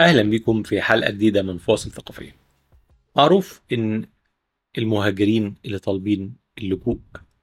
أهلا بكم في حلقة جديدة من فواصل ثقافية. معروف إن المهاجرين اللي طالبين اللجوء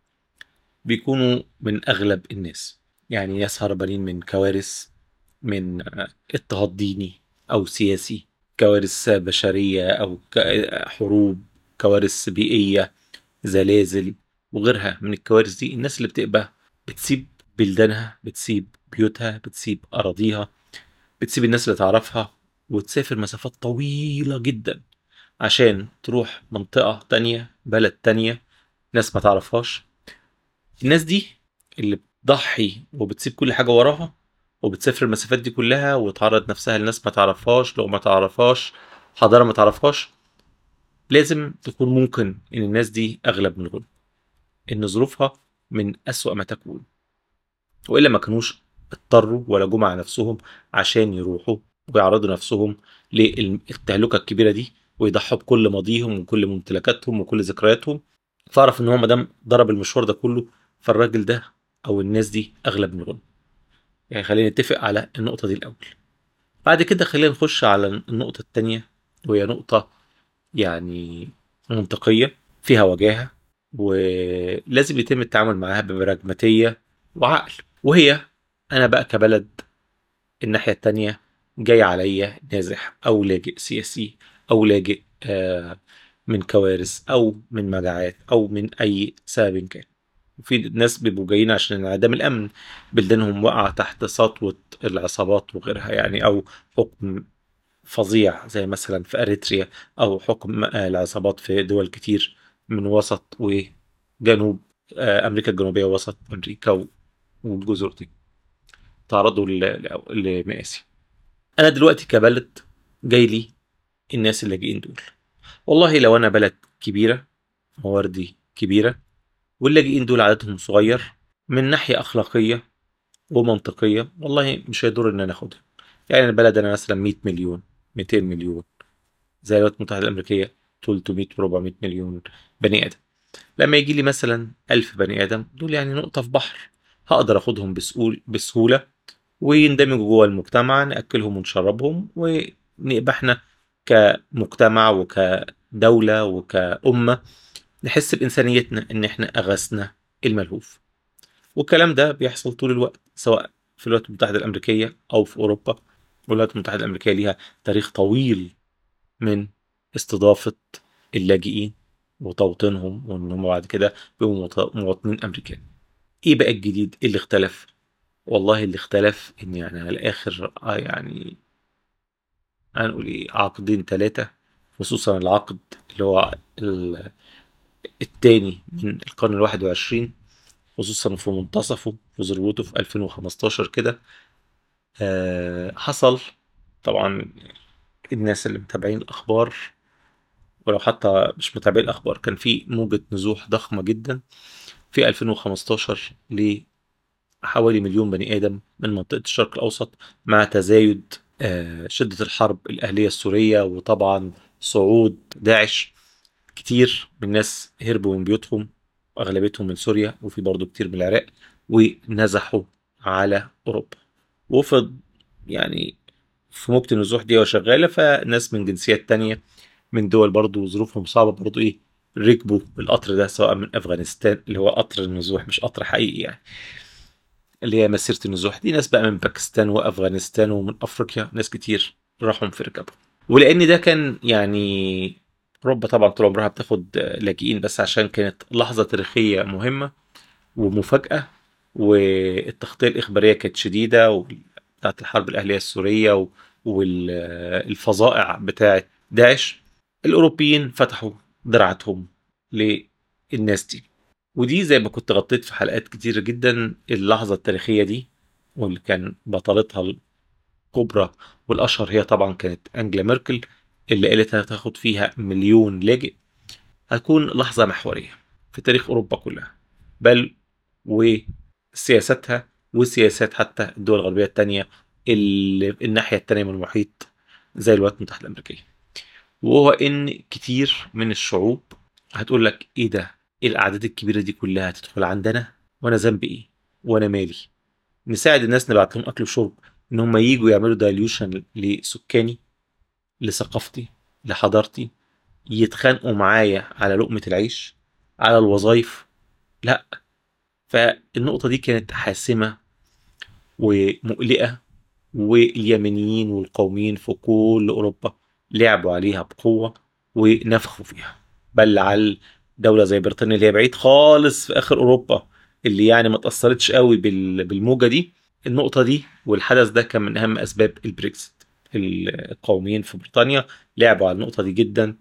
بيكونوا من أغلب الناس، يعني ناس هربانين من كوارث، من اضطهاد ديني أو سياسي، كوارث بشرية أو حروب، كوارث بيئية، زلازل وغيرها من الكوارث دي. الناس اللي بتبقى بتسيب بلدانها، بتسيب بيوتها، بتسيب أراضيها، بتسيب الناس اللي تعرفها وتسافر مسافات طويلة جدا عشان تروح منطقة تانية، بلد تانية، ناس ما تعرفهاش. الناس دي اللي بتضحي وبتسيب كل حاجة وراها وبتسافر المسافات دي كلها وتعرض نفسها لناس ما تعرفهاش، لو ما تعرفهاش، حضارة ما تعرفهاش، لازم تكون ممكن ان الناس دي اغلب منهم ان ظروفها من اسوأ ما تكون، والا ما كانوش اضطروا ولا جم على نفسهم عشان يروحوا ويعرضوا نفسهم للتهلكة الكبيرة دي ويضحوا بكل ماضيهم وكل ممتلكاتهم وكل ذكرياتهم. فاعرف ان هو مادام ضرب المشوار ده كله فالراجل ده او الناس دي اغلب من غنى. يعني خلينا نتفق على النقطة دي الاول، بعد كده خلينا نخش على النقطة التانية، وهي نقطة يعني منطقية فيها وجاهة ولازم يتم التعامل معاها ببراجماتية وعقل. وهي انا بقى كبلد الناحية التانية جاي عليا نازح او لاجئ سياسي او لاجئ من كوارث او من مجاعات او من اي سبب كان. في ناس بيبقوا جايين عشان انعدام الامن، بلدانهم واقعة تحت سطوة العصابات وغيرها، يعني او حكم فظيع زي مثلا في اريتريا، او حكم العصابات في دول كتير من وسط وجنوب امريكا الجنوبية ووسط امريكا والجزر دي تعرضوا لمآسي. انا دلوقتي كبلد جاي لي الناس اللاجئين دول، والله لو انا بلد كبيرة، مواردي كبيرة، واللاجئين دول عددهم صغير، من ناحية أخلاقية ومنطقية والله مش هيضر إن أنا أخدها. يعني البلد أنا مثلا 100 مليون، 200 مليون، زي الولايات المتحدة الأمريكية 300 400 مليون بني آدم. لما يجي لي مثلا 1000 بني آدم، دول يعني نقطة في بحر، هقدر أخدهم بسهولة ويندمجوا جوه المجتمع، نأكلهم ونشربهم ونبقى احنا كمجتمع وكدولة وكأمة نحس بإنسانيتنا إن احنا أغثنا الملهوف. والكلام ده بيحصل طول الوقت سواء في الولايات المتحدة الأمريكية أو في أوروبا. والولايات المتحدة الأمريكية ليها تاريخ طويل من استضافة اللاجئين وتوطينهم، وإن هم بعد كده بقوا مواطنين أمريكان. إيه بقى الجديد؟ إيه اللي اختلف؟ والله اللي اختلف إن يعني على الآخر يعني هنقول إيه، عقدين ثلاثة، خصوصا العقد اللي هو التاني من القرن الواحد وعشرين، خصوصا في منتصفه في ذروته في 2015 كده. حصل طبعا، الناس اللي متابعين الأخبار ولو حتى مش متابعين الأخبار، كان في موجة نزوح ضخمة جدا في 2015 لحوالي مليون بني آدم من منطقة الشرق الأوسط، مع تزايد شدة الحرب الأهلية السورية، وطبعا صعود داعش. كتير من الناس هربوا من بيوتهم، وأغلبيتهم من سوريا، وفي برضو كتير من العراق، ونزحوا على أوروبا. وفي يعني في موجة النزوح دي وشغالة، فناس من جنسيات تانية من دول برضو ظروفهم صعبة برضو ايه ركبوا القطر ده، سواء من أفغانستان اللي هو قطر النزوح مش قطر حقيقي يعني، اللي هي مسيرة النزوح دي، ناس بقى من باكستان وأفغانستان ومن أفريقيا، ناس كتير راحوا في ركبهم. ولأن ده كان يعني أوروبا طبعا طول عمرها بتاخد لاجئين، بس عشان كانت لحظة تاريخية مهمة ومفاجأة، والتغطية الإخبارية كانت شديدة بتاعت الحرب الأهلية السورية والفظائع بتاعت داعش، الأوروبيين فتحوا دراعتهم للناس دي. ودي زي ما كنت غطيت في حلقات كتيرة جدا اللحظة التاريخية دي، واللي كان بطلتها الكبرى والأشهر هي طبعا كانت أنجلا ميركل، اللي قالت هتاخد فيها مليون لاجئ. هتكون لحظة محورية في تاريخ أوروبا كلها، بل وسياساتها وسياسات حتى الدول الغربية التانية اللي الناحية التانية من المحيط زي الولايات المتحدة الأمريكية. وهو إن كتير من الشعوب هتقول لك إيه ده؟ إيه الأعداد الكبيرة دي كلها هتدخل عندنا؟ وأنا ذنبي إيه؟ وأنا مالي؟ نساعد الناس، نبعت لهم أكل وشرب، إن هم ييجوا يعملوا دايليوشن لسكاني، لثقافتي، لحضارتي، يتخانقوا معايا على لقمة العيش، على الوظائف؟ لا. فالنقطة دي كانت حاسمة ومقلقة، واليمنيين والقوميين في كل أوروبا لعبوا عليها بقوة ونفخوا فيها. بل على دولة زي بريطانيا اللي هي بعيد خالص في آخر أوروبا، اللي يعني ما تأثرتش قوي بالموجة دي، النقطة دي والحدث ده كان من أهم أسباب البريكسيت. القوميين في بريطانيا لعبوا على النقطة دي جدا،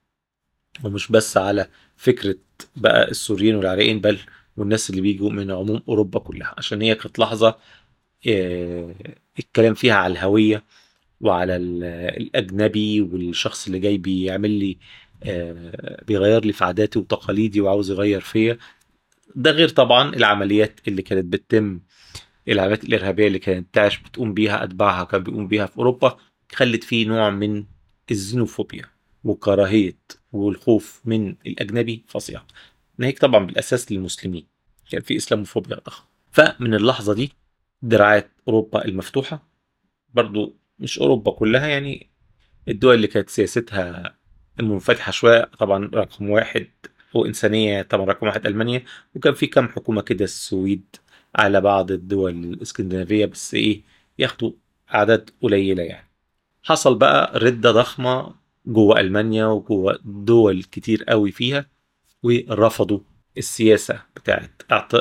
ومش بس على فكرة بقى السوريين والعراقيين، بل والناس اللي بيجوا من عموم أوروبا كلها، عشان هي كانت لحظة آه، الكلام فيها على الهوية وعلى الأجنبي، والشخص اللي جاي بيعمل لي بيغير لي في عاداتي وتقاليدي وعاوز يغير فيا. ده غير طبعا العمليات اللي كانت بتتم، العمليات الإرهابية اللي كانت داعش بتقوم بيها، أتباعها كان بيقوم بيها في أوروبا، خلت فيه نوع من الزينوفوبيا وكراهية والخوف من الأجنبي فظيع، ناهيك طبعا بالأساس للمسلمين، كان في إسلاموفوبيا ضخمة. فمن اللحظة دي دراعات أوروبا المفتوحة، برضو مش أوروبا كلها يعني، الدول اللي كانت سياستها المنفتحة شوية طبعا رقم واحد، وإنسانية طبعا رقم واحد ألمانيا، وكان في كام حكومة كده السويد على بعض الدول الإسكندنافية، بس إيه، ياخدوا أعداد قليلة يعني. حصل بقى ردة ضخمة جوه ألمانيا وجوه دول كتير قوي فيها، ورفضوا السياسة بتاعت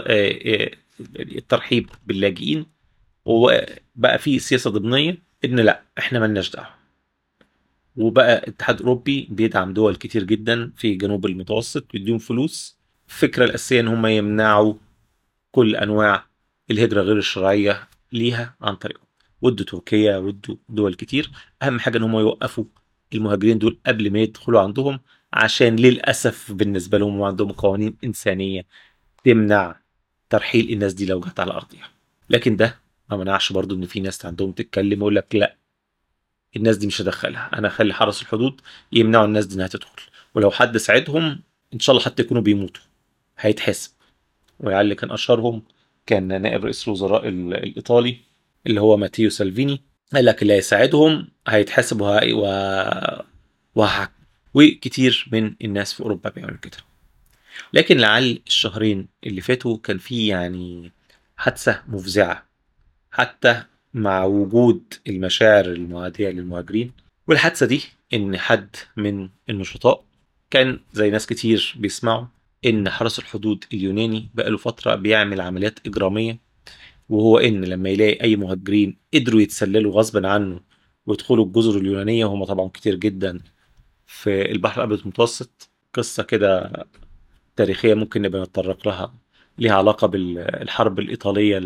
الترحيب باللاجئين، وبقى في سياسة ضمنية إن لا إحنا ملناش دعوة. وبقى الاتحاد الأوروبي بيدعم دول كتير جدا في جنوب المتوسط، بيديهم فلوس. الفكرة الأساسية إن هم يمنعوا كل أنواع الهجرة غير الشرعية ليها عن طريقهم. ودوا تركيا، ودوا دول كتير. أهم حاجة إن هم يوقفوا المهاجرين دول قبل ما يدخلوا عندهم، عشان للأسف بالنسبة لهم عندهم قوانين إنسانية تمنع ترحيل الناس دي لو جت على أرضها. لكن ده ما منعش برضو إن في ناس عندهم تتكلم ويقول لك لا، الناس دي مش هدخلها، انا اخلي حرس الحدود يمنعوا الناس دي انها تدخل، ولو حد ساعدهم ان شاء الله حتى يكونوا بيموتوا هيتحاسب. والعيال اللي كان اشهرهم كان نائب رئيس الوزراء الايطالي اللي هو ماتيو سالفيني، قال لك اللي هيساعدهم هيتحاسب وهحكم. وكتير من الناس في اوروبا بيعملوا كده. لكن لعل الشهرين اللي فاتوا كان في يعني حادثة مفزعة، حتى مع وجود المشاعر المعادية للمهاجرين. والحادثة دي إن حد من النشطاء كان زي ناس كتير بيسمعوا إن حرس الحدود اليوناني بقاله فترة بيعمل عمليات إجرامية، وهو إن لما يلاقي أي مهاجرين قدروا يتسللوا غصبا عنه ويدخلوا الجزر اليونانية، وهم طبعا كتير جدا في البحر الأبيض المتوسط. قصة كده تاريخية ممكن نبقى نتطرق لها، ليها علاقة بالحرب الإيطالية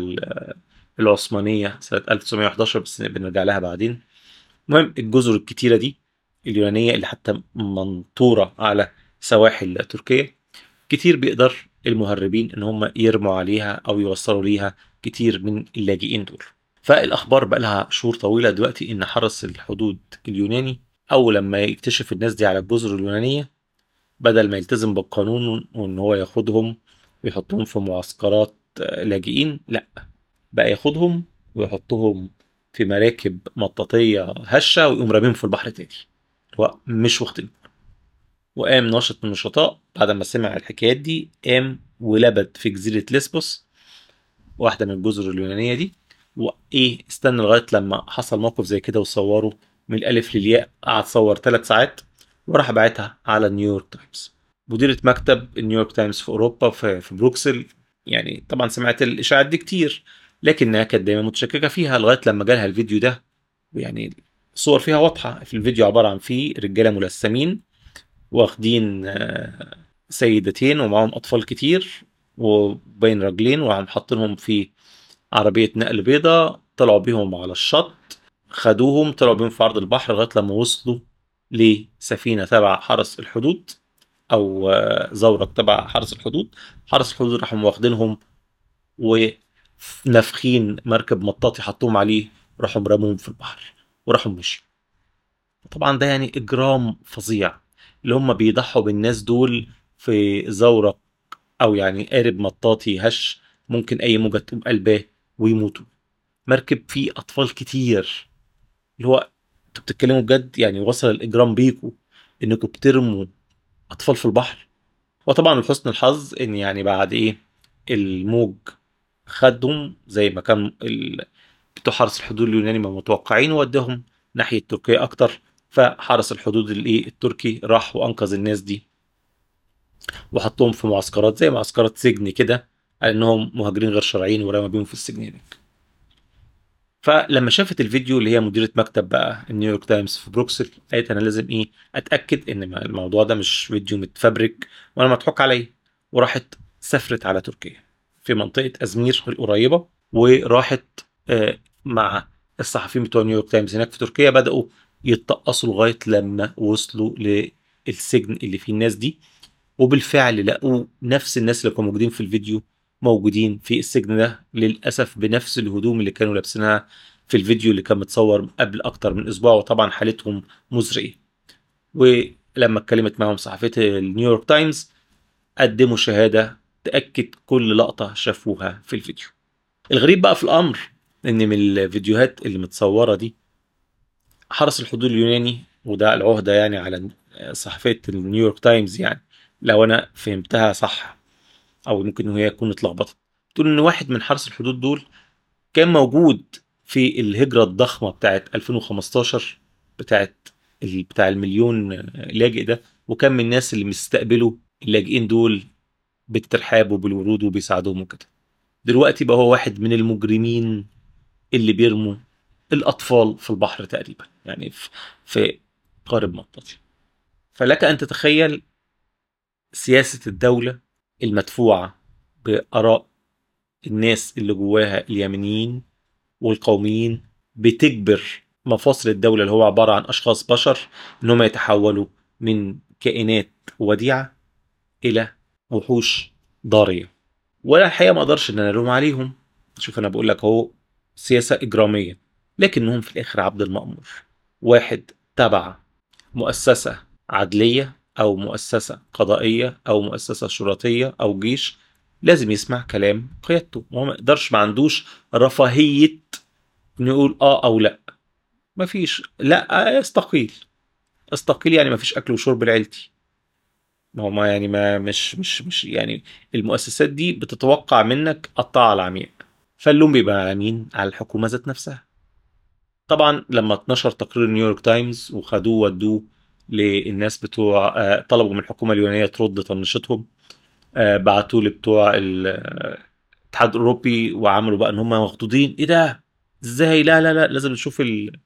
العثمانية سنة 1911، بس بنرجع لها بعدين. المهم الجزر الكتيرة دي اليونانية اللي حتى منطورة على سواحل تركيا، كتير بيقدر المهربين ان هم يرموا عليها او يوصلوا ليها كتير من اللاجئين دول. فالاخبار بقى لها شهور طويلة دلوقتي ان حرس الحدود اليوناني اول لما يكتشف الناس دي على الجزر اليونانية، بدل ما يلتزم بالقانون وان هو ياخدهم ويحطهم في معسكرات لاجئين، لا، بقى ياخدهم ويحطهم في مراكب مطاطية هشة ويقوم راميهم في البحر تاني، هو مش واخدين. وقام ناشط من النشطاء بعد ما سمع الحكايات دي، قام ولبد في جزيرة ليسبوس، واحدة من الجزر اليونانية دي، وإيه استنى لغاية لما حصل موقف زي كده وصوره من الألف للياء، قعد صور 3 ساعات وراح باعتها على نيويورك تايمز. مديرة مكتب نيويورك تايمز في أوروبا في بروكسل يعني طبعا سمعت الإشاعات دي كتير، لكنها كانت دايما متشككة فيها لغاية لما جالها الفيديو ده. يعني الصور فيها واضحة، في الفيديو عبارة عن فيه رجالة ملثمين واخدين سيدتين ومعاهم أطفال كتير وبين رجلين، وعم حاطينهم في عربية نقل بيضة، طلعوا بيهم على الشط، خدوهم طلعوا بيهم في عرض البحر لغاية لما وصلوا لسفينة تبع حرس الحدود، أو زورق تبع حرس الحدود. حرس الحدود راحوا واخدينهم ونفخين مركب مطاطي حطوهم عليه، راحوا مرموهم في البحر وراحوا مشي. طبعا ده يعني إجرام فظيع، اللي هم بيضحوا بالناس دول في زورق أو يعني قارب مطاطي هش، ممكن أي موجة تقوم قلباه ويموتوا. مركب فيه أطفال كتير، اللي هو انتوا بتتكلموا بجد؟ يعني وصل الاجرام بيكوا انكم بترموا اطفال في البحر؟ وطبعا لحسن الحظ ان يعني بعد ايه الموج خدهم زي ما كان بتوع حرس الحدود اليوناني ما متوقعين، وودهم ناحية تركيا اكتر. فحرس الحدود الايه التركي راح وانقذ الناس دي وحطهم في معسكرات زي معسكرات سجن كده، على انهم مهاجرين غير شرعيين، ورمى بيهم في السجن هناك. فلما شافت الفيديو اللي هي مديرة مكتب بقى النيويورك تايمز في بروكسل، قالت انا لازم ايه اتاكد ان الموضوع ده مش فيديو متفبرك وانا مضحوك عليا. وراحت سافرت على تركيا في منطقة ازمير القريبة، وراحت مع الصحفيين بتوع نيويورك تايمز هناك في تركيا. بدأوا يتقصوا لغاية لما وصلوا للسجن اللي فيه الناس دي، وبالفعل لقوا نفس الناس اللي كانوا موجودين في الفيديو موجودين في السجن ده، للأسف بنفس الهدوم اللي كانوا لابسينها في الفيديو اللي كان متصور قبل أكتر من أسبوع. وطبعا حالتهم مزرية. ولما اتكلمت معهم صحفية النيويورك تايمز قدموا شهادة تأكد كل لقطة شافوها في الفيديو. الغريب بقى في الأمر إن من الفيديوهات اللي متصورة دي، حرس الحدود اليوناني، وده العهدة يعني على صحفية النيويورك تايمز، يعني لو أنا فهمتها صح او ممكن ان هي تكون اتلخبطت، تقول ان واحد من حرس الحدود دول كان موجود في الهجرة الضخمة بتاعت 2015 بتاعت بتاع المليون لاجئ ده، وكان من الناس اللي مستقبلوا اللاجئين دول بالترحاب وبالورود وبيساعدوهم وكده. دلوقتي بقى هو واحد من المجرمين اللي بيرموا الأطفال في البحر تقريبا، يعني في قارب مطاطي. فلك أن تتخيل سياسة الدولة المدفوعة بآراء الناس اللي جواها اليمنيين والقوميين، بتجبر مفاصل الدولة اللي هو عبارة عن أشخاص بشر إنهم يتحولوا من كائنات وديعة إلى وحوش ضارية. ولا الحقيقة ما أقدرش إن أنا ألوم عليهم. شوف أنا بقول لك أهو، سياسة إجرامية، لكنهم في الآخر عبد المأمور. واحد تبع مؤسسة عدلية أو مؤسسة قضائية أو مؤسسة شرطية أو جيش، لازم يسمع كلام قيادته، وهو ما يقدرش، ما عندوش رفاهية إنه يقول آه أو لأ. مفيش لأ، استقيل. استقيل يعني مفيش أكل وشرب لعيلتي. ما هو ما يعني ما مش يعني المؤسسات دي بتتوقع منك الطاعة العمياء. فاللوم بيبقى على مين؟ على الحكومة ذات نفسها. طبعا لما اتنشر تقرير نيويورك تايمز وخدوه ودوه للناس بتوع طلبوا من الحكومة اليونانية ترد طنشتهم. بعتوا لبتوع الاتحاد الأوروبي وعملوا بقى ان هم مخضوضين، ايه ده؟ ازاي؟ لا لا لا، لازم نشوف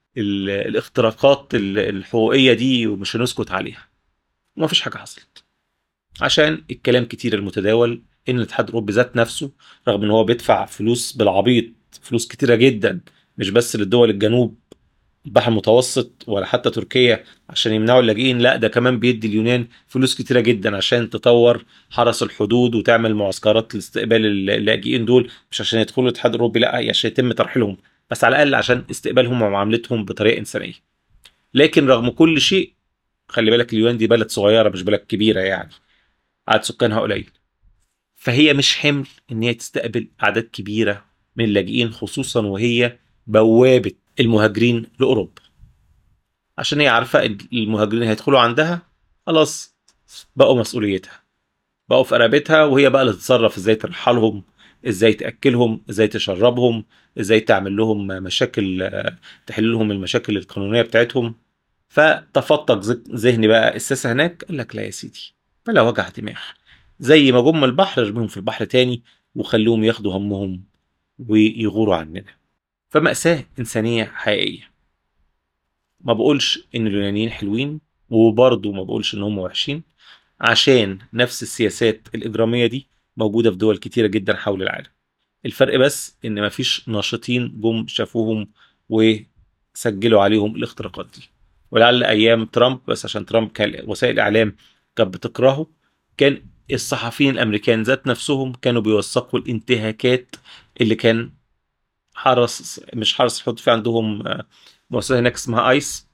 الاختراقات الحقوقية دي ومش هنسكت عليها. وما فيش حاجة حصلت، عشان الكلام كتير المتداول ان الاتحاد الاوروبي ذات نفسه، رغم ان هو بيدفع فلوس بالعبيط، فلوس كتيرة جدا، مش بس للدول الجنوب البحر المتوسط ولا حتى تركيا عشان يمنعوا اللاجئين، لا ده كمان بيدي اليونان فلوس كتيرة جدا عشان تطور حرس الحدود وتعمل معسكرات لاستقبال اللاجئين دول، مش عشان يدخلوا الاتحاد الاوروبي، لا عشان يتم ترحيلهم، بس على الاقل عشان استقبالهم ومعاملتهم بطريقة انسانية. لكن رغم كل شيء، خلي بالك اليونان دي بلد صغيرة مش بلد كبيرة يعني، عدد سكانها قليل، فهي مش حمل ان هي تستقبل اعداد كبيرة من اللاجئين، خصوصا وهي بوابة المهاجرين لاوروبا. عشان هي عارفة إن المهاجرين هيدخلوا عندها، خلاص بقوا مسؤوليتها، بقوا في قرابتها، وهي بقى اللي تتصرف ازاي ترحلهم، ازاي تأكلهم، ازاي تشربهم، ازاي تعمل لهم مشاكل، تحل لهم المشاكل القانونية بتاعتهم. فتفتق ذهني بقى الساسة هناك، قال لك لا يا سيدي، بلا وجع دماغ، زي ما جم البحر ارميهم في البحر تاني وخلوهم ياخدوا همهم ويغوروا عننا. فمأساة إنسانية حقيقية. ما بقولش ان اليونانيين حلوين، وبرضه ما بقولش ان هم وحشين، عشان نفس السياسات الإجرامية دي موجودة في دول كتيرة جدا حول العالم. الفرق بس ان مفيش ناشطين جم شافوهم وسجلوا عليهم الاختراقات دي. ولعل ايام ترامب، بس عشان ترامب كان وسائل الاعلام كانت بتكرهه، كان الصحفيين الامريكان ذات نفسهم كانوا بيوثقوا الانتهاكات اللي كان مش حرس الحدود، في عندهم مؤسسة هناك اسمها ايس،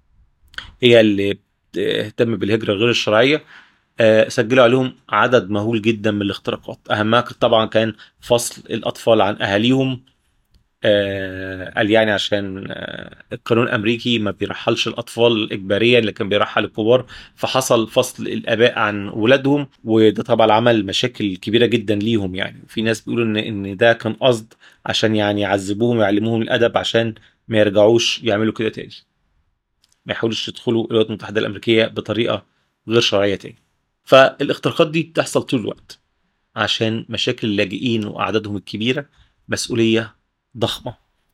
هي اللي بتهتم بالهجرة غير الشرعية. سجلوا عليهم عدد مهول جدا من الاختراقات، أهمها طبعا كان فصل الأطفال عن أهاليهم، قال يعني عشان القانون الامريكي ما بيرحلش الاطفال اجباريا اللي كان بيرحل الكبار، فحصل فصل الاباء عن ولادهم، وده طبعا عمل مشاكل كبيره جدا ليهم. يعني في ناس بيقولوا ان ده كان قصد عشان يعني يعذبوهم ويعلموهم الادب عشان ما يرجعوش يعملوا كده تاني، ما يحاولوش يدخلوا الولايات المتحده الامريكيه بطريقه غير شرعيه تاني. فالاختراقات دي بتحصل طول الوقت عشان مشاكل اللاجئين واعدادهم الكبيره مسؤوليه ضخمه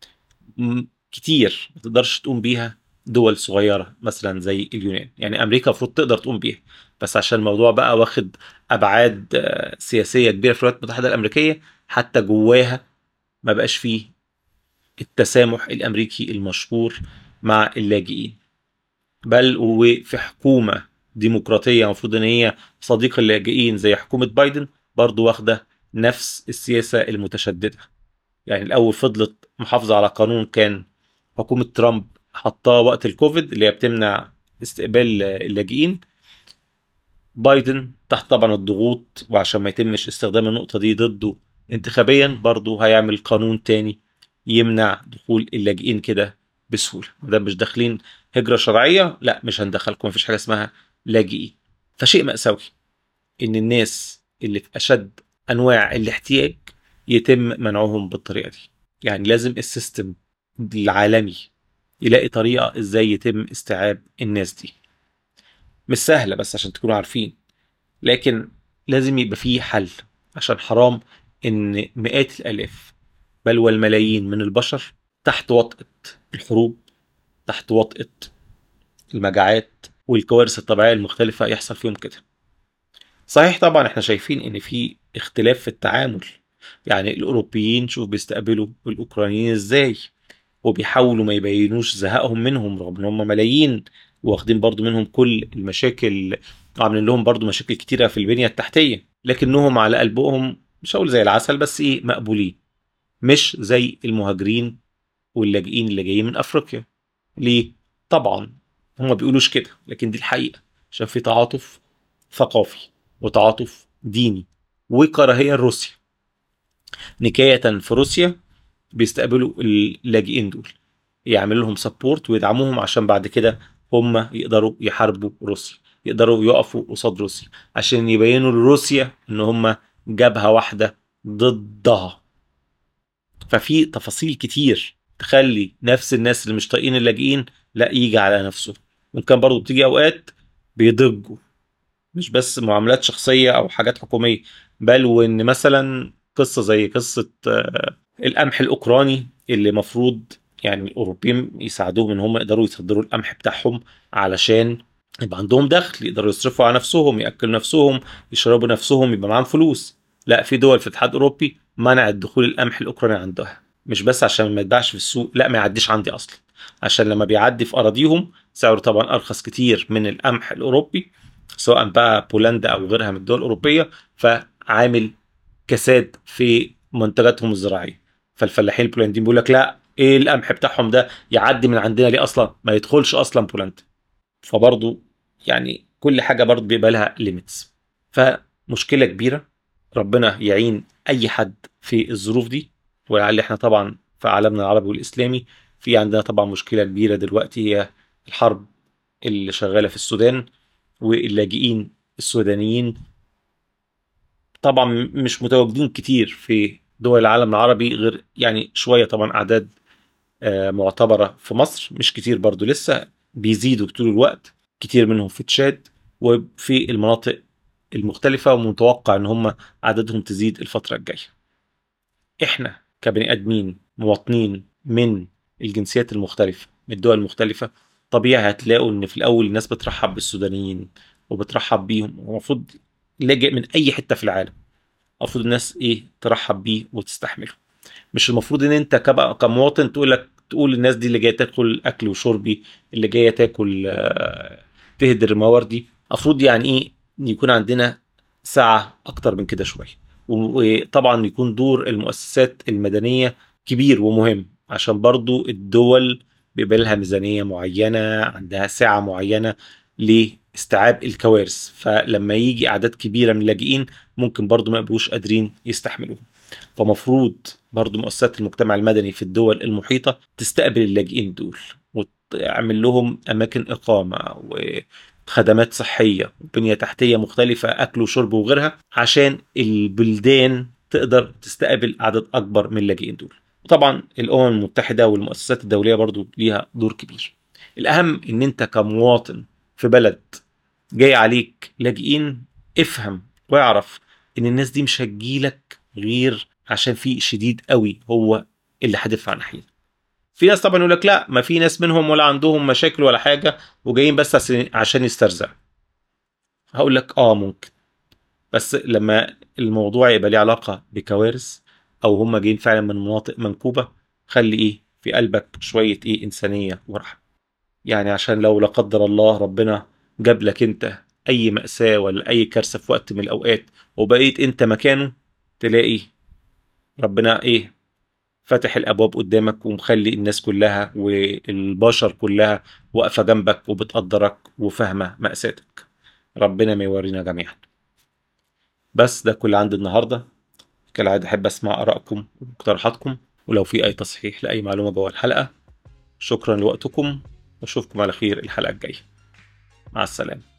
كتير ما تقدرش تقوم بيها دول صغيرة مثلا زي اليونان. يعني أمريكا المفروض تقدر تقوم بيها، بس عشان الموضوع بقى واخد أبعاد سياسية كبيرة في الولايات المتحدة الأمريكية، حتى جواها ما بقاش فيه التسامح الأمريكي المشهور مع اللاجئين. بل وفي حكومة ديمقراطية المفروض إن هي صديقة اللاجئين زي حكومة بايدن، برضو واخدة نفس السياسة المتشددة. يعني الأول فضلت محافظة على قانون كان حكومة ترامب حطاه وقت الكوفيد اللي هي بتمنع استقبال اللاجئين. بايدن تحت طبعا الضغوط وعشان ما يتمش استخدام النقطة دي ضده انتخابيا، برضه هيعمل قانون تاني يمنع دخول اللاجئين كده بسهولة. ده مش داخلين هجرة شرعية، لا مش هندخلكم، مفيش حاجة اسمها لاجئين. فشيء مأساوي ان الناس اللي في اشد انواع الاحتياج يتم منعهم بالطريقة دي. يعني لازم السيستم العالمي يلاقي طريقة ازاي يتم استيعاب الناس دي. مش سهلة بس عشان تكونوا عارفين، لكن لازم يبقى فيه حل. عشان حرام ان مئات الالاف بل والملايين من البشر تحت وطأة الحروب، تحت وطأة المجاعات والكوارث الطبيعية المختلفة يحصل فيهم كده. صحيح طبعا احنا شايفين ان في اختلاف في التعامل. يعني الاوروبيين شوف بيستقبلوا الاوكرانيين ازاي، وبيحاولوا ما يبينوش زهقهم منهم رغم ان هم ملايين، واخدين برضو منهم كل المشاكل، وعاملين لهم برضو مشاكل كتيرة في البنية التحتية، لكنهم على قلبهم مش هقول زي العسل بس ايه مقبولين. مش زي المهاجرين واللاجئين اللي جايين من افريقيا. ليه؟ طبعا هم بيقولوش كده لكن دي الحقيقة، عشان في تعاطف ثقافي وتعاطف ديني وكراهية لروسيا. نكاية في روسيا بيستقبلوا اللاجئين دول، يعملوا لهم سبورت ويدعموهم عشان بعد كده هم يقدروا يحاربوا روسيا، يقدروا يقفوا قصاد روسيا، عشان يبينوا لروسيا ان هم جبهة واحدة ضدها. ففي تفاصيل كتير تخلي نفس الناس اللي مش طايقين اللاجئين لا يجي على نفسه. ممكن برضو بتيجي اوقات بيضجوا، مش بس معاملات شخصية او حاجات حكومية، بل وان مثلا قصة زي قصة القمح الاوكراني اللي مفروض يعني الاوروبيين يساعدوهم ان هم يقدروا يصدروا القمح بتاعهم علشان يبقى عندهم دخل، يقدروا يصرفوا على نفسهم، ياكلوا نفسهم، يشربوا نفسهم، يبقى معاهم فلوس. لا، في دول في الاتحاد الاوروبي منعت دخول القمح الاوكراني عندها، مش بس عشان ما يتباعش في السوق، لا ما يعديش عندي اصلا، عشان لما بيعدي في اراضيهم سعره طبعا ارخص كتير من القمح الاوروبي، سواء بقى بولندا او غيرها من الدول الاوروبيه، فعامل كساد في منتجاتهم الزراعيه. فالفلاحين البولنديين بيقول لك لا، ايه القمح بتاعهم ده يعدي من عندنا ليه اصلا، ما يدخلش اصلا بولندا. فبرضو يعني كل حاجه برضو بيبقى لها ليميتس. فمشكله كبيره، ربنا يعين اي حد في الظروف دي. ولعل احنا طبعا في عالمنا العربي والاسلامي في عندنا طبعا مشكله كبيره دلوقتي، هي الحرب اللي شغاله في السودان، واللاجئين السودانيين طبعا مش متواجدين كتير في دول العالم العربي، غير يعني شوية طبعا أعداد معتبرة في مصر، مش كتير برضو، لسه بيزيدوا طول الوقت. كتير منهم في تشاد وفي المناطق المختلفة، ومتوقع ان هم عددهم تزيد الفترة الجاية. احنا كبني ادمين مواطنين من الجنسيات المختلفة من الدول المختلفة، طبيعي هتلاقوا ان في الاول الناس بترحب بالسودانيين وبترحب بيهم، ومفروض لاجئ من اي حتة في العالم المفروض الناس ايه ترحب بيه وتستحمله. مش المفروض ان انت كمواطن تقول الناس دي اللي جايه تاكل اكل وشربي، اللي جايه تاكل تهدر مواردي. المفروض يعني ايه يكون عندنا سعة اكتر من كده شويه. وطبعا يكون دور المؤسسات المدنيه كبير ومهم، عشان برضو الدول بيبقى لها ميزانيه معينه، عندها سعه معينه لاستيعاب الكوارث، فلما يجي اعداد كبيره من اللاجئين ممكن برضو ما يبقوش قادرين يستحملوه. فمفروض برضو مؤسسات المجتمع المدني في الدول المحيطة تستقبل اللاجئين دول وتعمل لهم أماكن إقامة وخدمات صحية وبنية تحتية مختلفة، أكل وشرب وغيرها، عشان البلدان تقدر تستقبل عدد أكبر من اللاجئين دول. وطبعا الأمم المتحدة والمؤسسات الدولية برضو ليها دور كبير. الأهم إن أنت كمواطن في بلد جاي عليك لاجئين، افهم واعرف إن الناس دي مش هتجيلك غير عشان في شديد قوي هو اللي هدفع ناحيته. في ناس طبعا يقول لك لا، ما في ناس منهم ولا عندهم مشاكل ولا حاجة وجايين بس عشان يسترزق. هقول لك ممكن، بس لما الموضوع يبقى ليه علاقة بكوارث او هم جايين فعلا من مناطق منكوبة، خلي في قلبك شوية إنسانية ورحمة. يعني عشان لو لا قدر الله ربنا جاب لك انت اي مأساة ولا اي كارثة في وقت من الاوقات وبقيت انت مكانه، تلاقي ربنا فاتح الابواب قدامك ومخلي الناس كلها والبشر كلها واقفة جنبك وبتقدرك وفاهمة مأساتك. ربنا ما يورينا جميعا. بس ده كل عندي النهاردة. كالعادة أحب أسمع آرائكم ومقترحاتكم، ولو في أي تصحيح لأي معلومة جوه الحلقة. شكرا لوقتكم، وأشوفكم على خير الحلقة الجاية. مع السلامة.